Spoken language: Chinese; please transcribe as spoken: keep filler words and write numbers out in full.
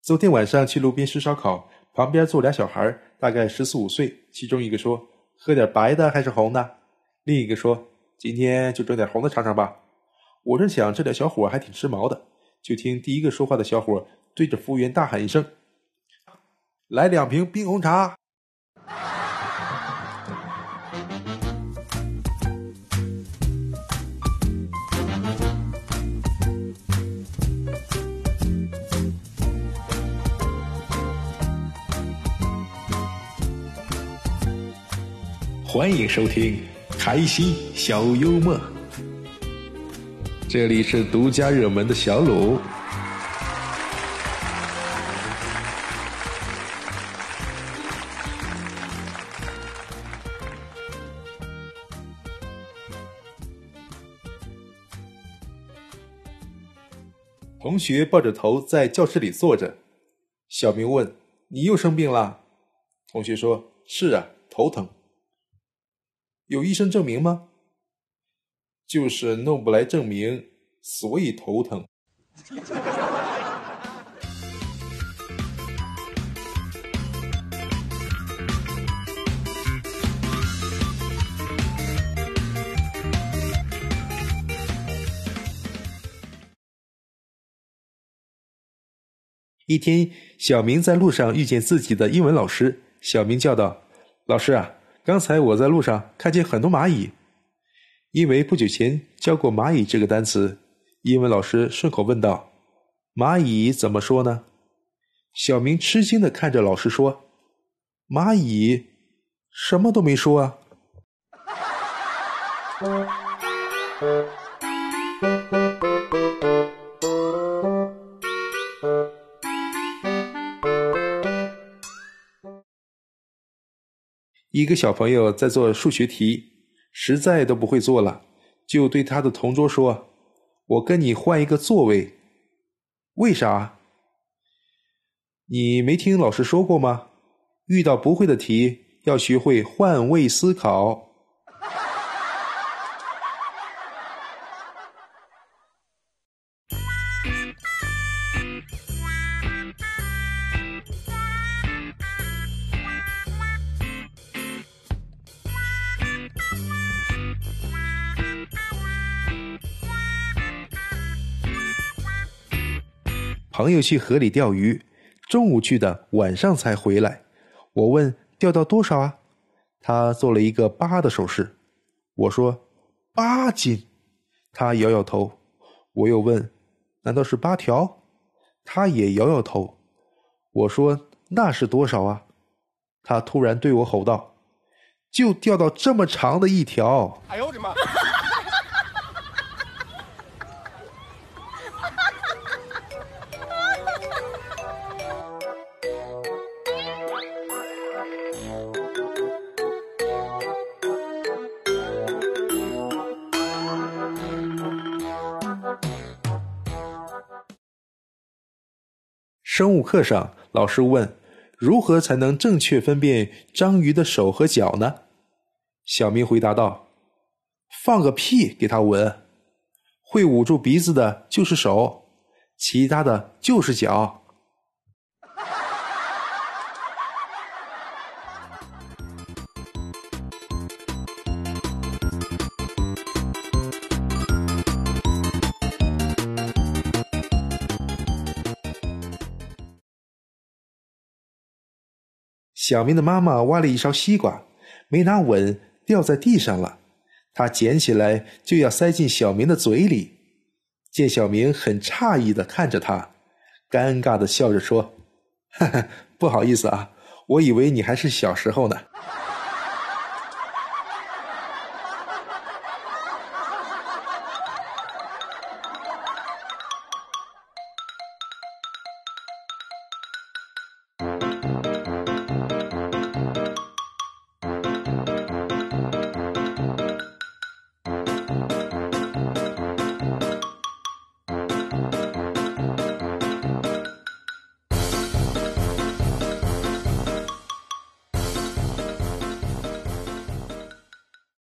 昨天晚上去路边吃烧烤，旁边坐俩小孩，大概十四五岁，其中一个说喝点白的还是红的，另一个说今天就整点红的尝尝吧。我正想这俩小伙还挺时髦的，就听第一个说话的小伙对着服务员大喊一声，来两瓶冰红茶。欢迎收听开心小幽默，这里是独家热门的小鲁。同学抱着头在教室里坐着，小明问，你又生病了？同学说，是啊，头疼。有医生证明吗？就是弄不来证明，所以头疼。一天，小明在路上遇见自己的英文老师，小明叫道，老师啊，刚才我在路上看见很多蚂蚁。因为不久前教过蚂蚁这个单词，英文老师顺口问道，蚂蚁怎么说呢？小明吃惊地看着老师说，蚂蚁什么都没说啊。一个小朋友在做数学题，实在都不会做了，就对他的同桌说，我跟你换一个座位。为啥？你没听老师说过吗？遇到不会的题，要学会换位思考。朋友去河里钓鱼，中午去的，晚上才回来。我问钓到多少啊？他做了一个八的手势。我说八斤。他摇摇头。我又问难道是八条？他也摇摇头。我说那是多少啊？他突然对我吼道，就钓到这么长的一条。哎呦我的妈！生物课上，老师问，如何才能正确分辨章鱼的手和脚呢？小明回答道，放个屁给他闻，会捂住鼻子的就是手，其他的就是脚。小明的妈妈挖了一勺西瓜，没拿稳，掉在地上了。她捡起来就要塞进小明的嘴里。见小明很诧异地看着他，尴尬地笑着说，哈哈，不好意思啊，我以为你还是小时候呢。